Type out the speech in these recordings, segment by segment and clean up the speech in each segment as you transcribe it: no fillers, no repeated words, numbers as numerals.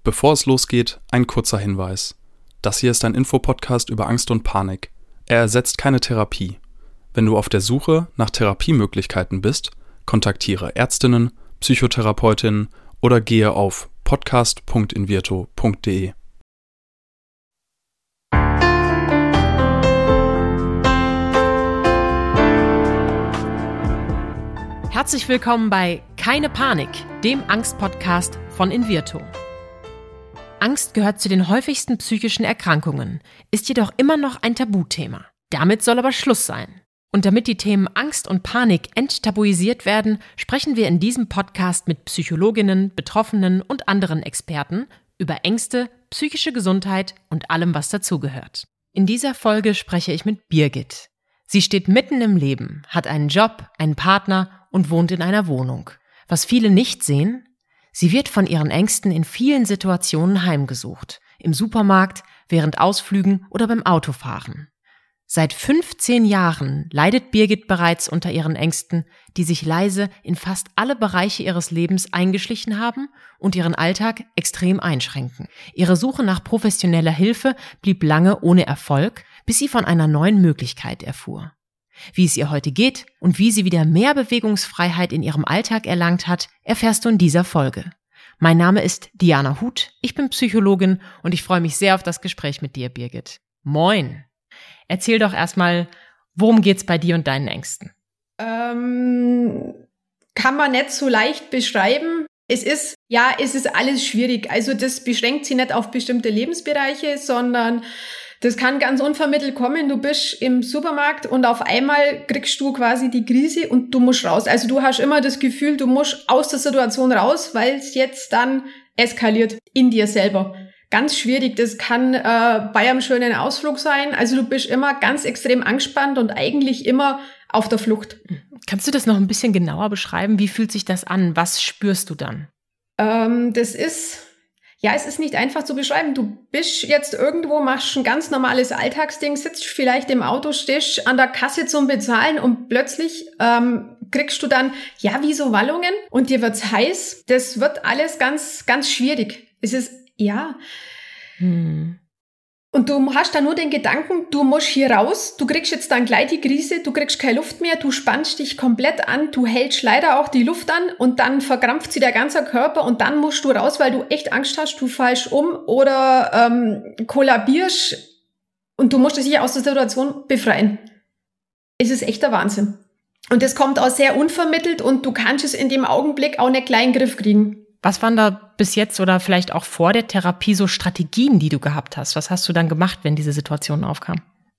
Bevor es losgeht, ein kurzer Hinweis. Das hier ist ein Infopodcast über Angst und Panik. Er ersetzt keine Therapie. Wenn du auf der Suche nach Therapiemöglichkeiten bist, kontaktiere Ärztinnen, Psychotherapeutinnen oder gehe auf podcast.invirto.de. Herzlich willkommen bei Keine Panik, dem Angst-Podcast von Invirto. Angst gehört zu den häufigsten psychischen Erkrankungen, ist jedoch immer noch ein Tabuthema. Damit soll aber Schluss sein. Und damit die Themen Angst und Panik enttabuisiert werden, sprechen wir in diesem Podcast mit Psychologinnen, Betroffenen und anderen Experten über Ängste, psychische Gesundheit und allem, was dazugehört. In dieser Folge spreche ich mit Birgit. Sie steht mitten im Leben, hat einen Job, einen Partner und wohnt in einer Wohnung. Was viele nicht sehen: Sie wird von ihren Ängsten in vielen Situationen heimgesucht. Im Supermarkt, während Ausflügen oder beim Autofahren. Seit 15 Jahren leidet Birgit bereits unter ihren Ängsten, die sich leise in fast alle Bereiche ihres Lebens eingeschlichen haben und ihren Alltag extrem einschränken. Ihre Suche nach professioneller Hilfe blieb lange ohne Erfolg, bis sie von einer neuen Möglichkeit erfuhr. Wie es ihr heute geht und wie sie wieder mehr Bewegungsfreiheit in ihrem Alltag erlangt hat, erfährst du in dieser Folge. Mein Name ist Diana Huth, ich bin Psychologin und ich freue mich sehr auf das Gespräch mit dir, Birgit. Moin! Erzähl doch erstmal, worum geht's bei dir und deinen Ängsten? Kann man nicht so leicht beschreiben. Es ist alles schwierig. Also das beschränkt sich nicht auf bestimmte Lebensbereiche, sondern das kann ganz unvermittelt kommen. Du bist im Supermarkt und auf einmal kriegst du quasi die Krise und du musst raus. Also du hast immer das Gefühl, du musst aus der Situation raus, weil es jetzt dann eskaliert in dir selber. Ganz schwierig. Das kann bei einem schönen Ausflug sein. Also du bist immer ganz extrem angespannt und eigentlich immer auf der Flucht. Kannst du das noch ein bisschen genauer beschreiben? Wie fühlt sich das an? Was spürst du dann? Es ist nicht einfach zu beschreiben. Du bist jetzt irgendwo, machst ein ganz normales Alltagsding, sitzt vielleicht im Auto, stehst an der Kasse zum Bezahlen und plötzlich kriegst du dann, wie so Wallungen und dir wird's heiß. Das wird alles ganz, ganz schwierig. Es ist, Und du hast dann nur den Gedanken, du musst hier raus, du kriegst jetzt dann gleich die Krise, du kriegst keine Luft mehr, du spannst dich komplett an, du hältst leider auch die Luft an und dann verkrampft sie der ganze Körper und dann musst du raus, weil du echt Angst hast, du fallst um oder kollabierst und du musst dich aus der Situation befreien. Es ist echt der Wahnsinn. Und das kommt auch sehr unvermittelt und du kannst es in dem Augenblick auch nicht gleich in den Griff kriegen. Was waren da bis jetzt oder vielleicht auch vor der Therapie so Strategien, die du gehabt hast? Was hast du dann gemacht, wenn diese Situation aufkam?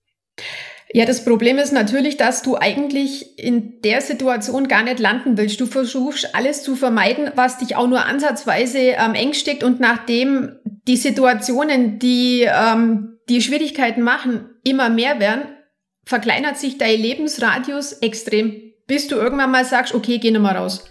Ja, das Problem ist natürlich, dass du eigentlich in der Situation gar nicht landen willst. Du versuchst alles zu vermeiden, was dich auch nur ansatzweise ängstigt. Und nachdem die Situationen, die Schwierigkeiten machen, immer mehr werden, verkleinert sich dein Lebensradius extrem, bis du irgendwann mal sagst, okay, geh nicht mehr raus.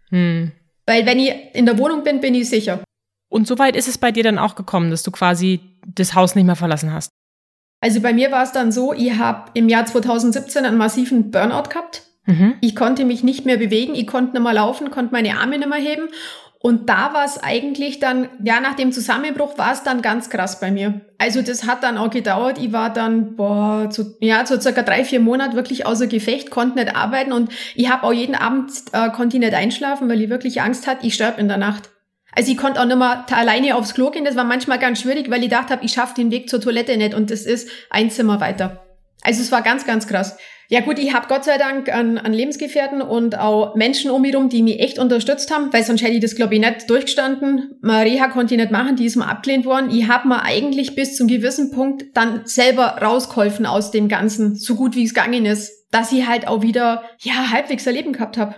Weil wenn ich in der Wohnung bin, bin ich sicher. Und so weit ist es bei dir dann auch gekommen, dass du quasi das Haus nicht mehr verlassen hast? Also bei mir war es dann so, ich habe im Jahr 2017 einen massiven Burnout gehabt. Ich konnte mich nicht mehr bewegen, ich konnte nicht mehr laufen, konnte meine Arme nicht mehr heben. Und da war es eigentlich dann, nach dem Zusammenbruch war es dann ganz krass bei mir. Also das hat dann auch gedauert. Ich war dann so circa 3-4 Monate wirklich außer Gefecht, konnte nicht arbeiten und ich habe auch jeden Abend konnte ich nicht einschlafen, weil ich wirklich Angst hatte, ich sterbe in der Nacht. Also ich konnte auch nicht mehr alleine aufs Klo gehen. Das war manchmal ganz schwierig, weil ich gedacht habe, ich schaffe den Weg zur Toilette nicht und das ist ein Zimmer weiter. Also es war ganz, ganz krass. Ja gut, ich habe Gott sei Dank an Lebensgefährten und auch Menschen um mich rum, die mich echt unterstützt haben, weil sonst hätte ich das, glaube ich, nicht durchgestanden. Reha konnte ich nicht machen, die ist mir abgelehnt worden. Ich habe mir eigentlich bis zum gewissen Punkt dann selber rausgeholfen aus dem Ganzen, so gut wie es gegangen ist, dass ich halt auch wieder halbwegs ein Leben gehabt habe.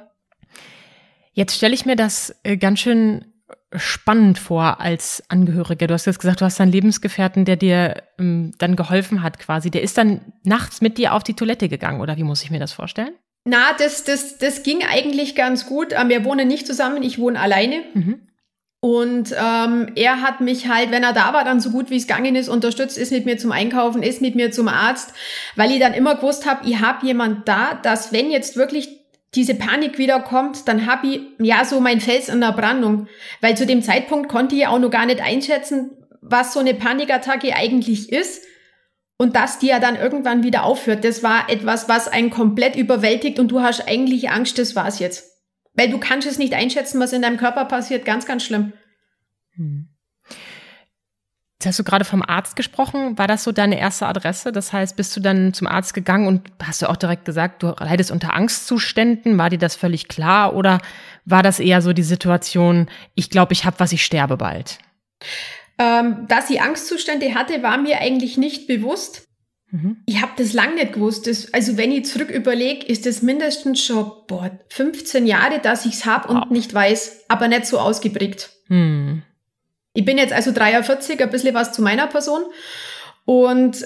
Jetzt stelle ich mir das ganz schön spannend vor als Angehöriger. Du hast jetzt gesagt, du hast einen Lebensgefährten, der dir dann geholfen hat quasi. Der ist dann nachts mit dir auf die Toilette gegangen, oder wie muss ich mir das vorstellen? Na, das ging eigentlich ganz gut. Wir wohnen nicht zusammen, ich wohne alleine. Und er hat mich halt, wenn er da war, dann so gut wie es gegangen ist, unterstützt, ist mit mir zum Einkaufen, ist mit mir zum Arzt, weil ich dann immer gewusst habe, ich habe jemand da, dass wenn jetzt wirklich diese Panik wieder kommt, dann habe ich ja so mein Fels in der Brandung. Weil zu dem Zeitpunkt konnte ich auch noch gar nicht einschätzen, was so eine Panikattacke eigentlich ist und dass die ja dann irgendwann wieder aufhört. Das war etwas, was einen komplett überwältigt und du hast eigentlich Angst, das war's jetzt. Weil du kannst es nicht einschätzen, was in deinem Körper passiert. Ganz, ganz schlimm. Jetzt hast du gerade vom Arzt gesprochen. War das so deine erste Adresse? Das heißt, bist du dann zum Arzt gegangen und hast du auch direkt gesagt, du leidest unter Angstzuständen? War dir das völlig klar? Oder war das eher so die Situation, ich glaube, ich habe was, ich sterbe bald? Dass ich Angstzustände hatte, war mir eigentlich nicht bewusst. Ich habe das lange nicht gewusst. Also wenn ich zurück überlege, ist das mindestens schon 15 Jahre, dass ich es habe und nicht weiß, aber nicht so ausgeprägt. Ich bin jetzt also 43, ein bisschen was zu meiner Person und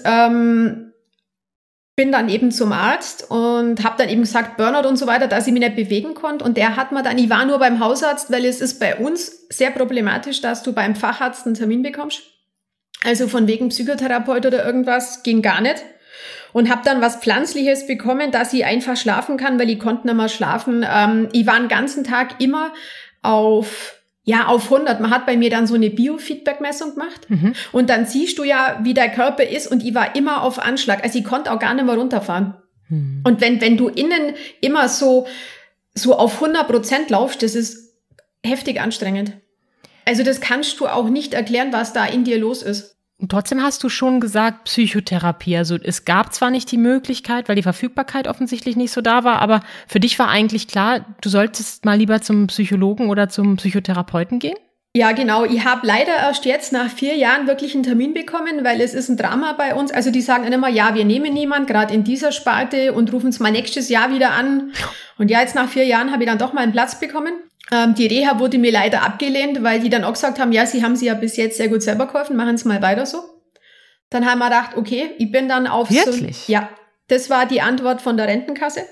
bin dann eben zum Arzt und habe dann eben gesagt, Burnout und so weiter, dass ich mich nicht bewegen konnte. Und der hat mir dann, ich war nur beim Hausarzt, weil es ist bei uns sehr problematisch, dass du beim Facharzt einen Termin bekommst. Also von wegen Psychotherapeut oder irgendwas ging gar nicht. Und habe dann was Pflanzliches bekommen, dass ich einfach schlafen kann, weil ich konnte nicht mehr schlafen. Ich war den ganzen Tag immer auf 100. Man hat bei mir dann so eine Biofeedback-Messung gemacht. Und dann siehst du ja, wie der Körper ist. Und ich war immer auf Anschlag. Also ich konnte auch gar nicht mehr runterfahren. Und wenn du innen immer so auf 100% laufst, das ist heftig anstrengend. Also das kannst du auch nicht erklären, was da in dir los ist. Und trotzdem hast du schon gesagt, Psychotherapie. Also es gab zwar nicht die Möglichkeit, weil die Verfügbarkeit offensichtlich nicht so da war, aber für dich war eigentlich klar, du solltest mal lieber zum Psychologen oder zum Psychotherapeuten gehen? Ja, genau. Ich habe leider erst jetzt nach 4 Jahren wirklich einen Termin bekommen, weil es ist ein Drama bei uns. Also die sagen dann immer, ja, wir nehmen niemand, gerade in dieser Sparte und rufen es mal nächstes Jahr wieder an. Und ja, jetzt nach 4 Jahren habe ich dann doch mal einen Platz bekommen. Die Reha wurde mir leider abgelehnt, weil die dann auch gesagt haben, ja, sie haben sie ja bis jetzt sehr gut selber geholfen, machen es mal weiter so. Dann haben wir gedacht, okay, ich bin dann auf Wirklich? Ja, das war die Antwort von der Rentenkasse.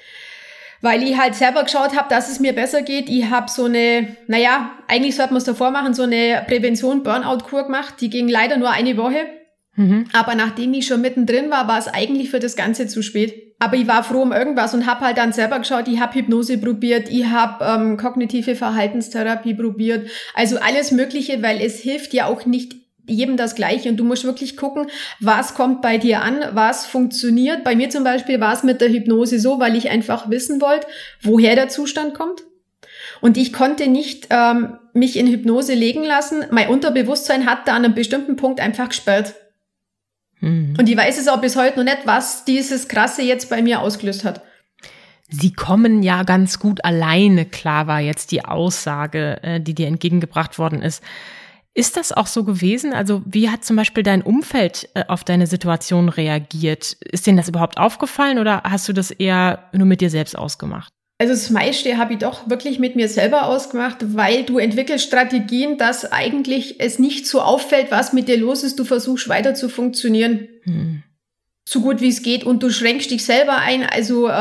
Weil ich halt selber geschaut habe, dass es mir besser geht. Ich habe so eine, eigentlich sollte man es davor machen, so eine Prävention-Burnout-Kur gemacht. Die ging leider nur eine Woche. Aber nachdem ich schon mittendrin war, war es eigentlich für das Ganze zu spät. Aber ich war froh um irgendwas und habe halt dann selber geschaut. Ich habe Hypnose probiert, ich habe kognitive Verhaltenstherapie probiert. Also alles Mögliche, weil es hilft ja auch nicht jedem das Gleiche. Und du musst wirklich gucken, was kommt bei dir an, was funktioniert. Bei mir zum Beispiel war es mit der Hypnose so, weil ich einfach wissen wollte, woher der Zustand kommt. Und ich konnte nicht mich in Hypnose legen lassen. Mein Unterbewusstsein hat da an einem bestimmten Punkt einfach gesperrt. Und ich weiß es auch bis heute noch nicht, was dieses Krasse jetzt bei mir ausgelöst hat. Sie kommen ja ganz gut alleine klar, war jetzt die Aussage, die dir entgegengebracht worden ist. Ist das auch so gewesen? Also wie hat zum Beispiel dein Umfeld auf deine Situation reagiert? Ist denen das überhaupt aufgefallen oder hast du das eher nur mit dir selbst ausgemacht? Also das meiste habe ich doch wirklich mit mir selber ausgemacht, weil du entwickelst Strategien, dass eigentlich es nicht so auffällt, was mit dir los ist. Du versuchst weiter zu funktionieren, so gut wie es geht und du schränkst dich selber ein. Also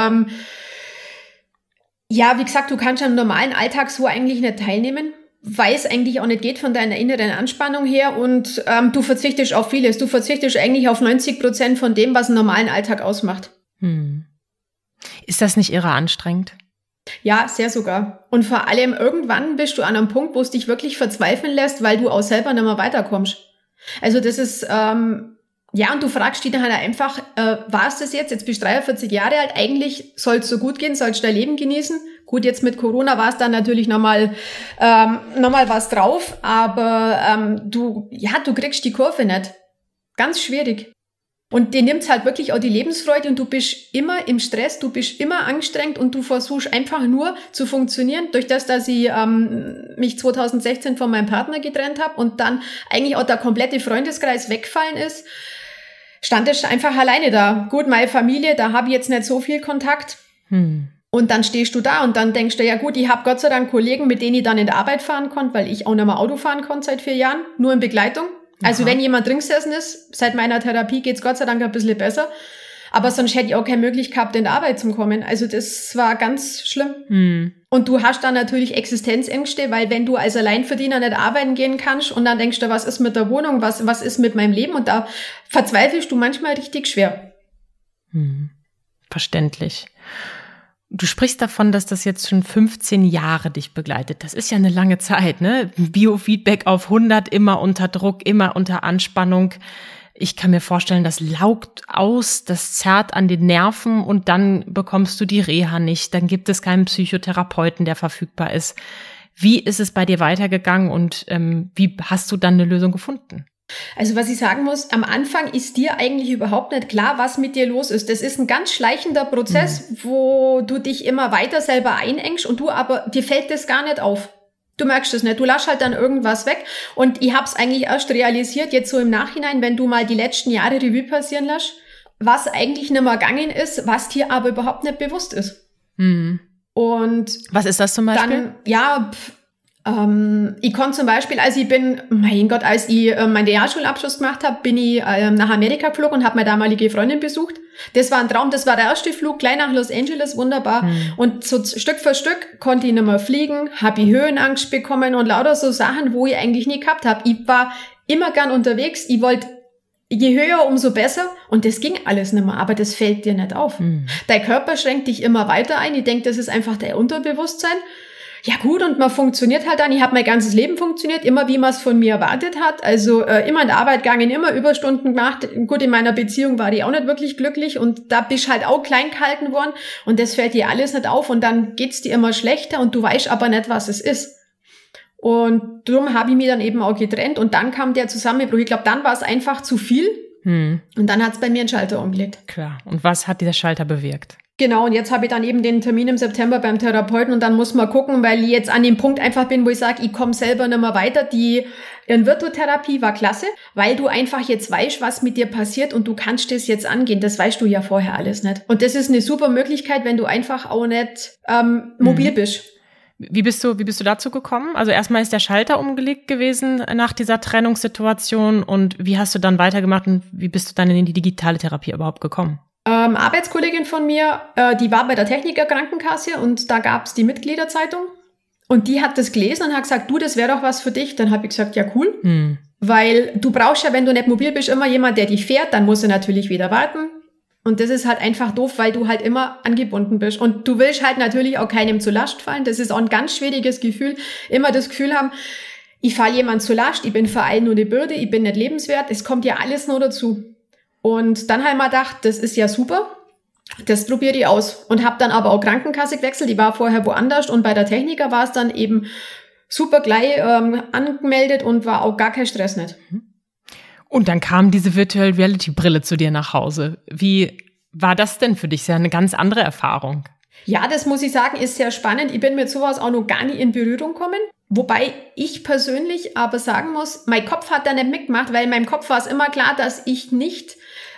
wie gesagt, du kannst am normalen Alltag so eigentlich nicht teilnehmen, weil es eigentlich auch nicht geht von deiner inneren Anspannung her und du verzichtest auf vieles. Du verzichtest eigentlich auf 90% von dem, was einen normalen Alltag ausmacht. Ist das nicht irre anstrengend? Ja, sehr sogar. Und vor allem irgendwann bist du an einem Punkt, wo es dich wirklich verzweifeln lässt, weil du auch selber nicht mehr weiterkommst. Also das ist, und du fragst dich dann halt einfach, war es das jetzt? Jetzt bist du 43 Jahre alt, eigentlich soll es so gut gehen, sollst du dein Leben genießen. Gut, jetzt mit Corona war es dann natürlich nochmal was drauf, aber du kriegst die Kurve nicht. Ganz schwierig. Und dir nimmt's halt wirklich auch die Lebensfreude und du bist immer im Stress, du bist immer angestrengt und du versuchst einfach nur zu funktionieren. Durch das, dass ich mich 2016 von meinem Partner getrennt habe und dann eigentlich auch der komplette Freundeskreis weggefallen ist, stand ich einfach alleine da. Gut, meine Familie, da habe ich jetzt nicht so viel Kontakt. Und dann stehst du da und dann denkst du, ja gut, ich habe Gott sei Dank Kollegen, mit denen ich dann in der Arbeit fahren konnte, weil ich auch nicht mehr Auto fahren konnte seit 4 Jahren, nur in Begleitung. Also wenn jemand drin gesessen ist, seit meiner Therapie geht's Gott sei Dank ein bisschen besser. Aber sonst hätte ich auch keine Möglichkeit gehabt, in der Arbeit zu kommen. Also das war ganz schlimm. Und du hast dann natürlich Existenzängste, weil wenn du als Alleinverdiener nicht arbeiten gehen kannst und dann denkst du, was ist mit der Wohnung, was ist mit meinem Leben? Und da verzweifelst du manchmal richtig schwer. Verständlich. Du sprichst davon, dass das jetzt schon 15 Jahre dich begleitet. Das ist ja eine lange Zeit, ne? Biofeedback auf 100, immer unter Druck, immer unter Anspannung. Ich kann mir vorstellen, das laugt aus, das zerrt an den Nerven und dann bekommst du die Reha nicht. Dann gibt es keinen Psychotherapeuten, der verfügbar ist. Wie ist es bei dir weitergegangen und wie hast du dann eine Lösung gefunden? Also was ich sagen muss, am Anfang ist dir eigentlich überhaupt nicht klar, was mit dir los ist. Das ist ein ganz schleichender Prozess, wo du dich immer weiter selber einengst und dir fällt das gar nicht auf. Du merkst es nicht, du lässt halt dann irgendwas weg und ich hab's eigentlich erst realisiert, jetzt so im Nachhinein, wenn du mal die letzten Jahre Revue passieren lässt, was eigentlich nicht mehr gegangen ist, was dir aber überhaupt nicht bewusst ist. Und was ist das zum Beispiel? Dann, ich konnte zum Beispiel, als ich meinen Realschulabschluss gemacht habe, bin ich nach Amerika geflogen und habe meine damalige Freundin besucht. Das war ein Traum, das war der erste Flug, gleich nach Los Angeles, wunderbar. Und so Stück für Stück konnte ich nicht mehr fliegen, habe ich Höhenangst bekommen und lauter so Sachen, wo ich eigentlich nie gehabt habe. Ich war immer gern unterwegs, ich wollte je höher, umso besser und das ging alles nicht mehr, aber das fällt dir nicht auf. Dein Körper schränkt dich immer weiter ein, ich denke, das ist einfach dein Unterbewusstsein. Ja gut, und man funktioniert halt dann. Ich habe mein ganzes Leben funktioniert, immer wie man es von mir erwartet hat. Also immer in der Arbeit gegangen, immer Überstunden gemacht. Gut, in meiner Beziehung war ich auch nicht wirklich glücklich und da bist halt auch klein gehalten worden und das fällt dir alles nicht auf und dann geht's dir immer schlechter und du weißt aber nicht, was es ist. Und darum habe ich mich dann eben auch getrennt und dann kam der Zusammenbruch. Ich glaube, dann war es einfach zu viel und dann hat's bei mir einen Schalter umgelegt. Klar. Und was hat dieser Schalter bewirkt? Genau, und jetzt habe ich dann eben den Termin im September beim Therapeuten und dann muss man gucken, weil ich jetzt an dem Punkt einfach bin, wo ich sage, ich komme selber nicht mehr weiter. Die Virtuotherapie war klasse, weil du einfach jetzt weißt, was mit dir passiert und du kannst das jetzt angehen. Das weißt du ja vorher alles nicht. Und das ist eine super Möglichkeit, wenn du einfach auch nicht mobil bist. Wie bist du dazu gekommen? Also erstmal ist der Schalter umgelegt gewesen nach dieser Trennungssituation und wie hast du dann weitergemacht und wie bist du dann in die digitale Therapie überhaupt gekommen? Arbeitskollegin von mir, die war bei der Techniker Krankenkasse und da gab's die Mitgliederzeitung und die hat das gelesen und hat gesagt, du, das wäre doch was für dich. Dann habe ich gesagt, ja cool, weil du brauchst ja, wenn du nicht mobil bist, immer jemand, der dich fährt, dann musst du natürlich wieder warten und das ist halt einfach doof, weil du halt immer angebunden bist und du willst halt natürlich auch keinem zur Last fallen. Das ist auch ein ganz schwieriges Gefühl, immer das Gefühl haben, ich falle jemand zur Last, ich bin für allen nur eine Bürde, ich bin nicht lebenswert, es kommt ja alles nur dazu. Und dann habe ich mir gedacht, das ist ja super, das probiere ich aus. Und habe dann aber auch Krankenkasse gewechselt, die war vorher woanders und bei der Techniker war es dann eben super gleich angemeldet und war auch gar kein Stress nicht. Und dann kam diese Virtual Reality Brille zu dir nach Hause. Wie war das denn für dich? Das ist ja eine ganz andere Erfahrung. Ja, das muss ich sagen, ist sehr spannend. Ich bin mit sowas auch noch gar nicht in Berührung gekommen. Wobei ich persönlich aber sagen muss, mein Kopf hat da nicht mitgemacht, weil in meinem Kopf war es immer klar, dass ich nicht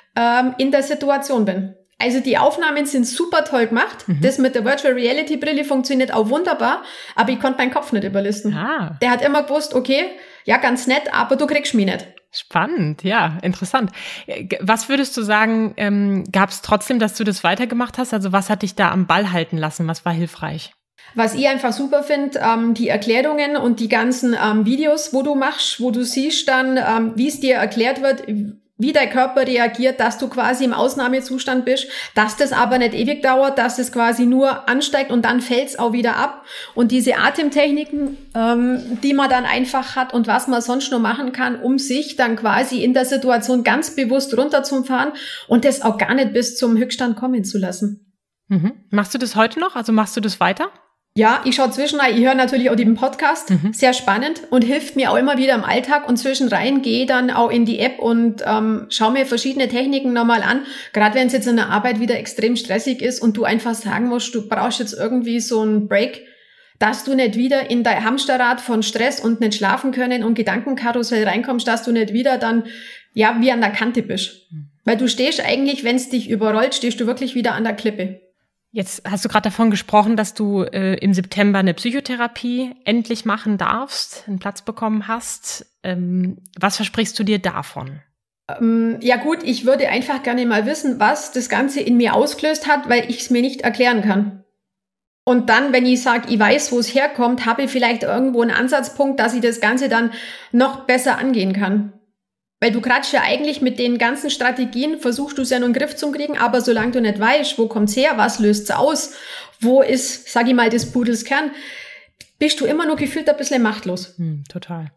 in der Situation bin. Also die Aufnahmen sind super toll gemacht. Das mit der Virtual Reality Brille funktioniert auch wunderbar, aber ich konnte meinen Kopf nicht überlisten. Der hat immer gewusst, okay, ja, ganz nett, aber du kriegst mich nicht. Spannend, ja, interessant. Was würdest du sagen, gab es trotzdem, dass du das weitergemacht hast? Also was hat dich da am Ball halten lassen? Was war hilfreich? Was ich einfach super finde, die Erklärungen und die ganzen Videos, wo du machst, wo du siehst dann, wie es dir erklärt wird, wie dein Körper reagiert, dass du quasi im Ausnahmezustand bist, dass das aber nicht ewig dauert, dass es quasi nur ansteigt und dann fällt es auch wieder ab. Und diese Atemtechniken, die man dann einfach hat und was man sonst noch machen kann, um sich dann quasi in der Situation ganz bewusst runterzufahren und das auch gar nicht bis zum Höchststand kommen zu lassen. Machst du das heute noch? Also machst du das weiter? Ja, ich schaue zwischenrein, ich höre natürlich auch den Podcast, sehr spannend und hilft mir auch immer wieder im Alltag und zwischenrein gehe dann auch in die App und schaue mir verschiedene Techniken nochmal an, gerade wenn es jetzt in der Arbeit wieder extrem stressig ist und du einfach sagen musst, du brauchst jetzt irgendwie so einen Break, dass du nicht wieder in dein Hamsterrad von Stress und nicht schlafen können und Gedankenkarussell reinkommst, dass du nicht wieder dann, ja, wie an der Kante bist. Weil du stehst eigentlich, wenn es dich überrollt, stehst du wirklich wieder an der Klippe. Jetzt hast du gerade davon gesprochen, dass du im September eine Psychotherapie endlich machen darfst, einen Platz bekommen hast. Was versprichst du dir davon? Ja gut, ich würde einfach gerne mal wissen, was das Ganze in mir ausgelöst hat, weil ich es mir nicht erklären kann. Und dann, wenn ich sage, ich weiß, wo es herkommt, habe ich vielleicht irgendwo einen Ansatzpunkt, dass ich das Ganze dann noch besser angehen kann. Weil du kratschst ja eigentlich mit den ganzen Strategien, versuchst du es ja nur in den Griff zu kriegen, aber solange du nicht weißt, wo kommt's her, was löst's aus, wo ist, sag ich mal, des Pudels Kern, bist du immer nur gefühlt ein bisschen machtlos. Total.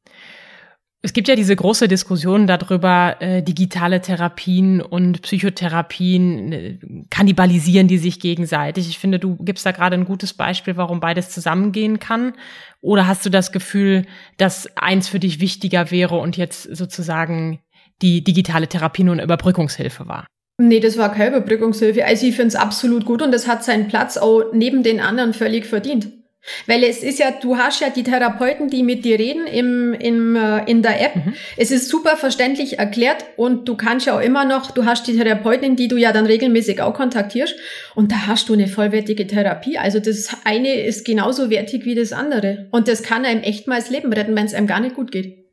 Es gibt ja diese große Diskussion darüber, digitale Therapien und Psychotherapien, kannibalisieren die sich gegenseitig. Ich finde, du gibst da gerade ein gutes Beispiel, warum beides zusammengehen kann. Oder hast du das Gefühl, dass eins für dich wichtiger wäre und jetzt sozusagen die digitale Therapie nur eine Überbrückungshilfe war? Nee, das war keine Überbrückungshilfe. Also ich finde es absolut gut und das hat seinen Platz auch neben den anderen völlig verdient. Weil es ist ja, du hast ja die Therapeuten, die mit dir reden in der App. Es ist super verständlich erklärt und du kannst ja auch immer noch, du hast die Therapeutin, die du ja dann regelmäßig auch kontaktierst und da hast du eine vollwertige Therapie. Also das eine ist genauso wertig wie das andere und das kann einem echt mal das Leben retten, wenn es einem gar nicht gut geht.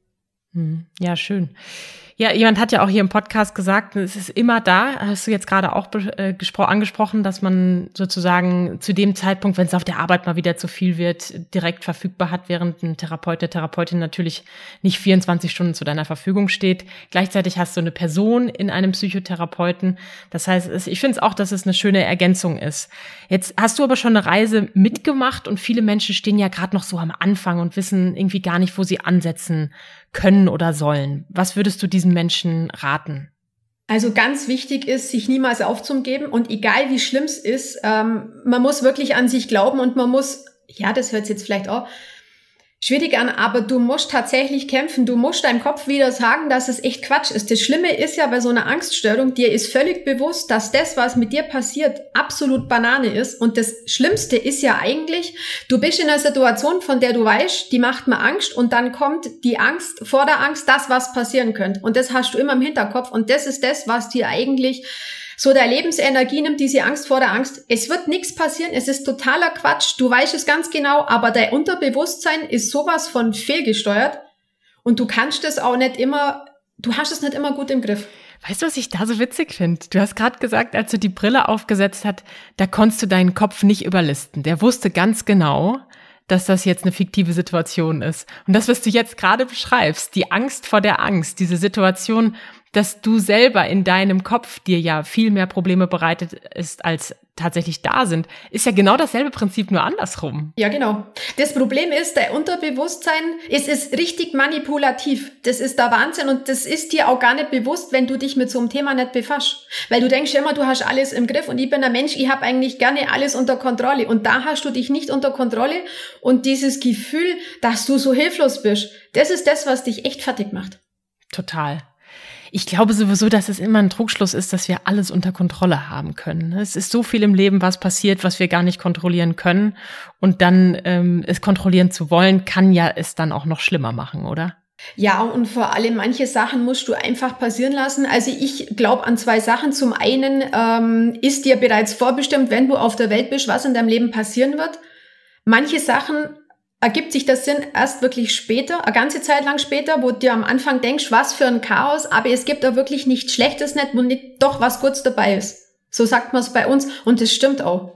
Ja, schön. Ja, jemand hat ja auch hier im Podcast gesagt, es ist immer da, hast du jetzt gerade auch angesprochen, dass man sozusagen zu dem Zeitpunkt, wenn es auf der Arbeit mal wieder zu viel wird, direkt verfügbar hat, während ein Therapeut, der Therapeutin natürlich nicht 24 Stunden zu deiner Verfügung steht. Gleichzeitig hast du eine Person in einem Psychotherapeuten. Das heißt, ich finde es auch, dass es eine schöne Ergänzung ist. Jetzt hast du aber schon eine Reise mitgemacht und viele Menschen stehen ja gerade noch so am Anfang und wissen irgendwie gar nicht, wo sie ansetzen können oder sollen. Was würdest du diesen Menschen raten? Also ganz wichtig ist, sich niemals aufzugeben und egal wie schlimm es ist, man muss wirklich an sich glauben und man muss, ja, das hört sich jetzt vielleicht auch schwierig an, aber du musst tatsächlich kämpfen. Du musst deinem Kopf wieder sagen, dass es echt Quatsch ist. Das Schlimme ist ja bei so einer Angststörung, dir ist völlig bewusst, dass das, was mit dir passiert, absolut Banane ist. Und das Schlimmste ist ja eigentlich, du bist in einer Situation, von der du weißt, die macht mir Angst und dann kommt die Angst vor der Angst, das, was passieren könnte. Und das hast du immer im Hinterkopf und das ist das, was dir eigentlich so der Lebensenergie nimmt, diese Angst vor der Angst. Es wird nichts passieren, es ist totaler Quatsch, du weißt es ganz genau, aber dein Unterbewusstsein ist sowas von fehlgesteuert und du kannst es auch nicht immer, du hast es nicht immer gut im Griff. Weißt du, was ich da so witzig finde? Du hast gerade gesagt, als du die Brille aufgesetzt hast, da konntest du deinen Kopf nicht überlisten. Der wusste ganz genau, dass das jetzt eine fiktive Situation ist. Und das, was du jetzt gerade beschreibst, die Angst vor der Angst, diese Situation, dass du selber in deinem Kopf dir ja viel mehr Probleme bereitet ist, als tatsächlich da sind, ist ja genau dasselbe Prinzip, nur andersrum. Ja, genau. Das Problem ist, dein Unterbewusstsein, es ist richtig manipulativ. Das ist der Wahnsinn und das ist dir auch gar nicht bewusst, wenn du dich mit so einem Thema nicht befasst. Weil du denkst immer, du hast alles im Griff und ich bin ein Mensch, ich habe eigentlich gerne alles unter Kontrolle und da hast du dich nicht unter Kontrolle und dieses Gefühl, dass du so hilflos bist, das ist das, was dich echt fertig macht. Total. Ich glaube sowieso, dass es immer ein Trugschluss ist, dass wir alles unter Kontrolle haben können. Es ist so viel im Leben, was passiert, was wir gar nicht kontrollieren können. Und dann es kontrollieren zu wollen, kann ja es dann auch noch schlimmer machen, oder? Ja, und vor allem manche Sachen musst du einfach passieren lassen. Also ich glaube an zwei Sachen. Zum einen ist dir bereits vorbestimmt, wenn du auf der Welt bist, was in deinem Leben passieren wird. Manche Sachen ergibt sich das Sinn erst wirklich später, eine ganze Zeit lang später, wo du am Anfang denkst, was für ein Chaos, aber es gibt auch wirklich nichts Schlechtes nicht, wo nicht doch was Gutes dabei ist. So sagt man es bei uns und das stimmt auch.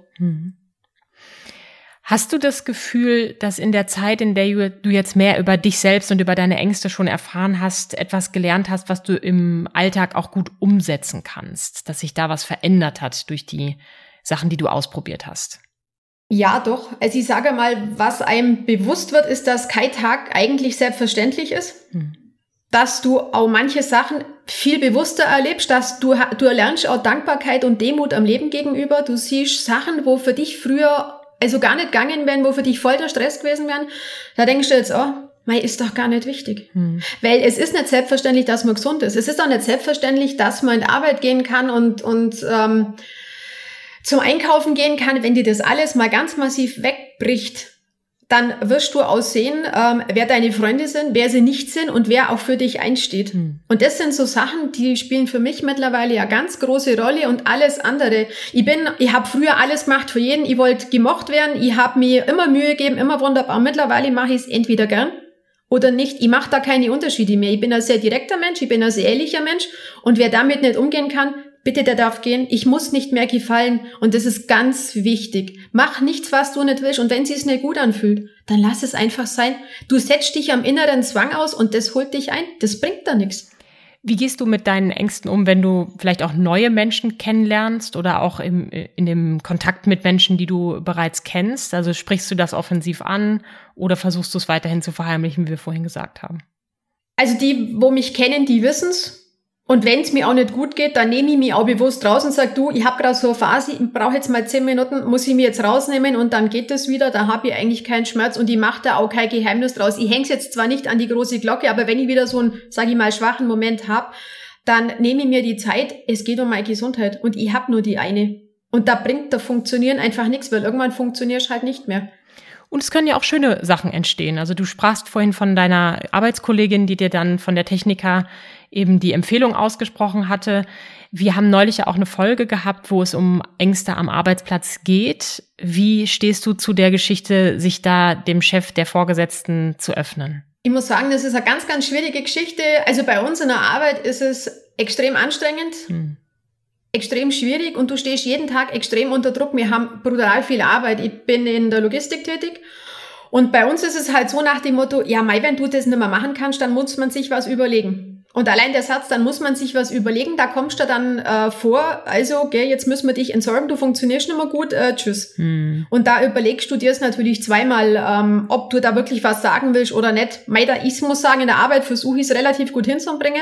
Hast du das Gefühl, dass in der Zeit, in der du jetzt mehr über dich selbst und über deine Ängste schon erfahren hast, etwas gelernt hast, was du im Alltag auch gut umsetzen kannst, dass sich da was verändert hat durch die Sachen, die du ausprobiert hast? Ja, doch. Also ich sage mal, was einem bewusst wird, ist, dass kein Tag eigentlich selbstverständlich ist. Dass du auch manche Sachen viel bewusster erlebst, dass du erlernst auch Dankbarkeit und Demut am Leben gegenüber. Du siehst Sachen, wo für dich früher also gar nicht gegangen wären, wo für dich voll der Stress gewesen wären. Da denkst du jetzt, ist doch gar nicht wichtig. Weil es ist nicht selbstverständlich, dass man gesund ist. Es ist auch nicht selbstverständlich, dass man in die Arbeit gehen kann und zum Einkaufen gehen kann. Wenn dir das alles mal ganz massiv wegbricht, dann wirst du auch sehen, wer deine Freunde sind, wer sie nicht sind und wer auch für dich einsteht. Und das sind so Sachen, die spielen für mich mittlerweile ja ganz große Rolle und alles andere. Ich habe früher alles gemacht für jeden, ich wollte gemocht werden, ich habe mir immer Mühe gegeben, immer wunderbar. Mittlerweile mache ich es entweder gern oder nicht. Ich mache da keine Unterschiede mehr. Ich bin ein sehr direkter Mensch, ich bin ein sehr ehrlicher Mensch und wer damit nicht umgehen kann, bitte, der darf gehen. Ich muss nicht mehr gefallen. Und das ist ganz wichtig. Mach nichts, was du nicht willst. Und wenn es sich nicht gut anfühlt, dann lass es einfach sein. Du setzt dich am inneren Zwang aus und das holt dich ein. Das bringt da nichts. Wie gehst du mit deinen Ängsten um, wenn du vielleicht auch neue Menschen kennenlernst oder auch in dem Kontakt mit Menschen, die du bereits kennst? Also sprichst du das offensiv an oder versuchst du es weiterhin zu verheimlichen, wie wir vorhin gesagt haben? Also die, wo mich kennen, die wissen's. Und wenn es mir auch nicht gut geht, dann nehme ich mich auch bewusst raus und sage, du, ich habe gerade so eine Phase, ich brauche jetzt mal 10 Minuten, muss ich mir jetzt rausnehmen und dann geht es wieder, da habe ich eigentlich keinen Schmerz und ich mache da auch kein Geheimnis draus. Ich hänge es jetzt zwar nicht an die große Glocke, aber wenn ich wieder so einen, sage ich mal, schwachen Moment habe, dann nehme ich mir die Zeit, es geht um meine Gesundheit und ich habe nur die eine. Und da bringt der Funktionieren einfach nichts, weil irgendwann funktionierst halt nicht mehr. Und es können ja auch schöne Sachen entstehen. Also du sprachst vorhin von deiner Arbeitskollegin, die dir dann von der Techniker eben die Empfehlung ausgesprochen hatte. Wir haben neulich ja auch eine Folge gehabt, wo es um Ängste am Arbeitsplatz geht. Wie stehst du zu der Geschichte, sich da dem Chef, der Vorgesetzten zu öffnen? Ich muss sagen, das ist eine ganz, ganz schwierige Geschichte. Also bei uns in der Arbeit ist es extrem anstrengend, extrem schwierig und du stehst jeden Tag extrem unter Druck. Wir haben brutal viel Arbeit. Ich bin in der Logistik tätig und bei uns ist es halt so nach dem Motto, ja Mai, wenn du das nicht mehr machen kannst, dann muss man sich was überlegen. Und allein der Satz, dann muss man sich was überlegen, da kommst du dann vor, also gell, jetzt müssen wir dich entsorgen, du funktionierst nicht mehr gut, tschüss. Und da überlegst du dir es natürlich zweimal, ob du da wirklich was sagen willst oder nicht. Ich muss sagen, in der Arbeit versuche ich es relativ gut hinzubringen.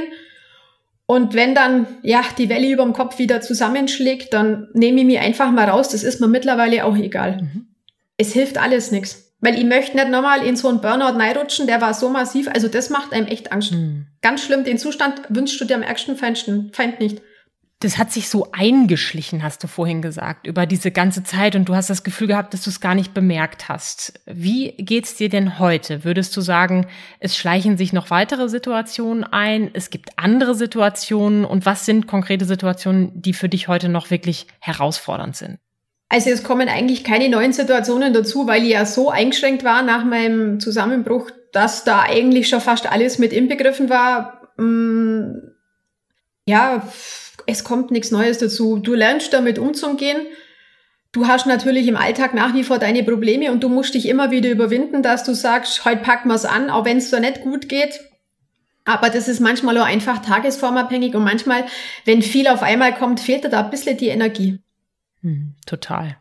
Und wenn dann ja die Welle über dem Kopf wieder zusammenschlägt, dann nehme ich mich einfach mal raus, das ist mir mittlerweile auch egal. Es hilft alles nichts. Weil ich möchte nicht nochmal in so einen Burnout reinrutschen, der war so massiv, also das macht einem echt Angst. Ganz schlimm, den Zustand wünschst du dir am ärgsten Feind nicht. Das hat sich so eingeschlichen, hast du vorhin gesagt, über diese ganze Zeit und du hast das Gefühl gehabt, dass du es gar nicht bemerkt hast. Wie geht's dir denn heute? Würdest du sagen, es schleichen sich noch weitere Situationen ein, es gibt andere Situationen und was sind konkrete Situationen, die für dich heute noch wirklich herausfordernd sind? Also es kommen eigentlich keine neuen Situationen dazu, weil ich ja so eingeschränkt war nach meinem Zusammenbruch, dass da eigentlich schon fast alles mit inbegriffen war. Ja, es kommt nichts Neues dazu. Du lernst damit umzugehen. Du hast natürlich im Alltag nach wie vor deine Probleme und du musst dich immer wieder überwinden, dass du sagst, heute packen wir es an, auch wenn es da nicht gut geht. Aber das ist manchmal auch einfach tagesformabhängig und manchmal, wenn viel auf einmal kommt, fehlt dir da ein bisschen die Energie. Total.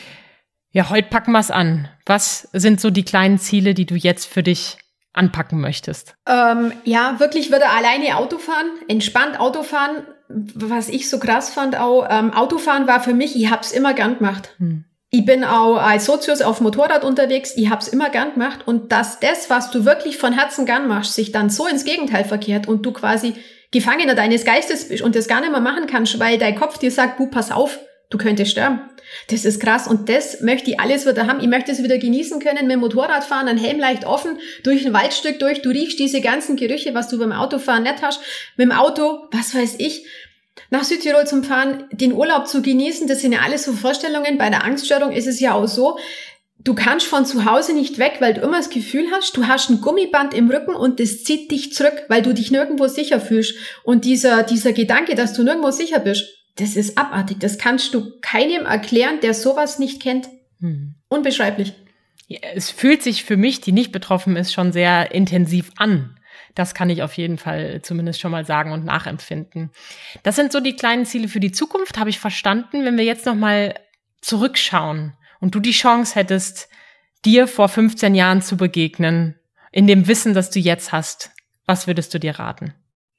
Ja, heute packen wir es an. Was sind so die kleinen Ziele, die du jetzt für dich anpacken möchtest? Ja, wirklich wieder alleine Autofahren, entspannt Autofahren. Was ich so krass fand auch, Autofahren war für mich, ich hab's immer gern gemacht. Ich bin auch als Sozius auf Motorrad unterwegs, ich hab's immer gern gemacht. Und dass das, was du wirklich von Herzen gern machst, sich dann so ins Gegenteil verkehrt und du quasi Gefangener deines Geistes bist und das gar nicht mehr machen kannst, weil dein Kopf dir sagt, pass auf, du könntest sterben. Das ist krass und das möchte ich alles wieder haben. Ich möchte es wieder genießen können mit dem Motorradfahren, ein Helm leicht offen, durch ein Waldstück durch. Du riechst diese ganzen Gerüche, was du beim Autofahren nicht hast. Mit dem Auto, was weiß ich, nach Südtirol zum Fahren, den Urlaub zu genießen, das sind ja alles so Vorstellungen. Bei der Angststörung ist es ja auch so, du kannst von zu Hause nicht weg, weil du immer das Gefühl hast, du hast ein Gummiband im Rücken und das zieht dich zurück, weil du dich nirgendwo sicher fühlst. Und dieser Gedanke, dass du nirgendwo sicher bist, das ist abartig. Das kannst du keinem erklären, der sowas nicht kennt. Unbeschreiblich. Ja, es fühlt sich für mich, die nicht betroffen ist, schon sehr intensiv an. Das kann ich auf jeden Fall zumindest schon mal sagen und nachempfinden. Das sind so die kleinen Ziele für die Zukunft, habe ich verstanden. Wenn wir jetzt noch mal zurückschauen und du die Chance hättest, dir vor 15 Jahren zu begegnen, in dem Wissen, das du jetzt hast, was würdest du dir raten?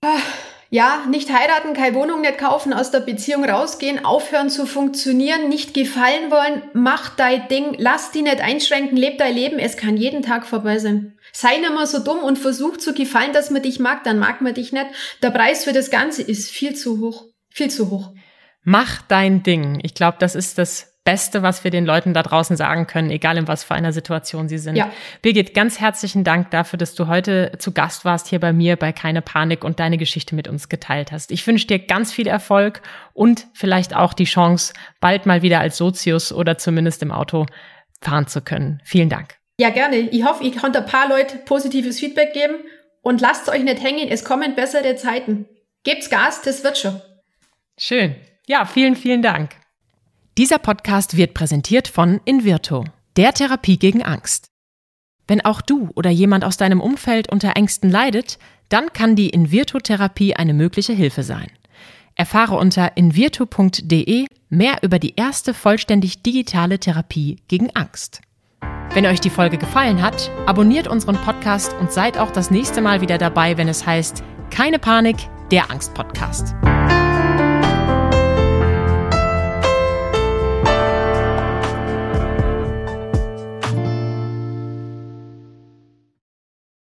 Ja, nicht heiraten, keine Wohnung nicht kaufen, aus der Beziehung rausgehen, aufhören zu funktionieren, nicht gefallen wollen, mach dein Ding, lass dich nicht einschränken, leb dein Leben, es kann jeden Tag vorbei sein. Sei nicht mehr so dumm und versuch zu gefallen, dass man dich mag, dann mag man dich nicht. Der Preis für das Ganze ist viel zu hoch, viel zu hoch. Mach dein Ding. Ich glaube, das ist das Beste, was wir den Leuten da draußen sagen können, egal in was für einer Situation sie sind. Ja. Birgit, ganz herzlichen Dank dafür, dass du heute zu Gast warst hier bei mir bei Keine Panik und deine Geschichte mit uns geteilt hast. Ich wünsche dir ganz viel Erfolg und vielleicht auch die Chance, bald mal wieder als Sozius oder zumindest im Auto fahren zu können. Vielen Dank. Ja, gerne. Ich hoffe, ich konnte ein paar Leute positives Feedback geben und lasst euch nicht hängen, es kommen bessere Zeiten. Gebt's Gas, das wird schon. Schön. Ja, vielen, vielen Dank. Dieser Podcast wird präsentiert von Invirto, der Therapie gegen Angst. Wenn auch du oder jemand aus deinem Umfeld unter Ängsten leidet, dann kann die Invirto-Therapie eine mögliche Hilfe sein. Erfahre unter invirto.de mehr über die erste vollständig digitale Therapie gegen Angst. Wenn euch die Folge gefallen hat, abonniert unseren Podcast und seid auch das nächste Mal wieder dabei, wenn es heißt: Keine Panik, der Angst-Podcast.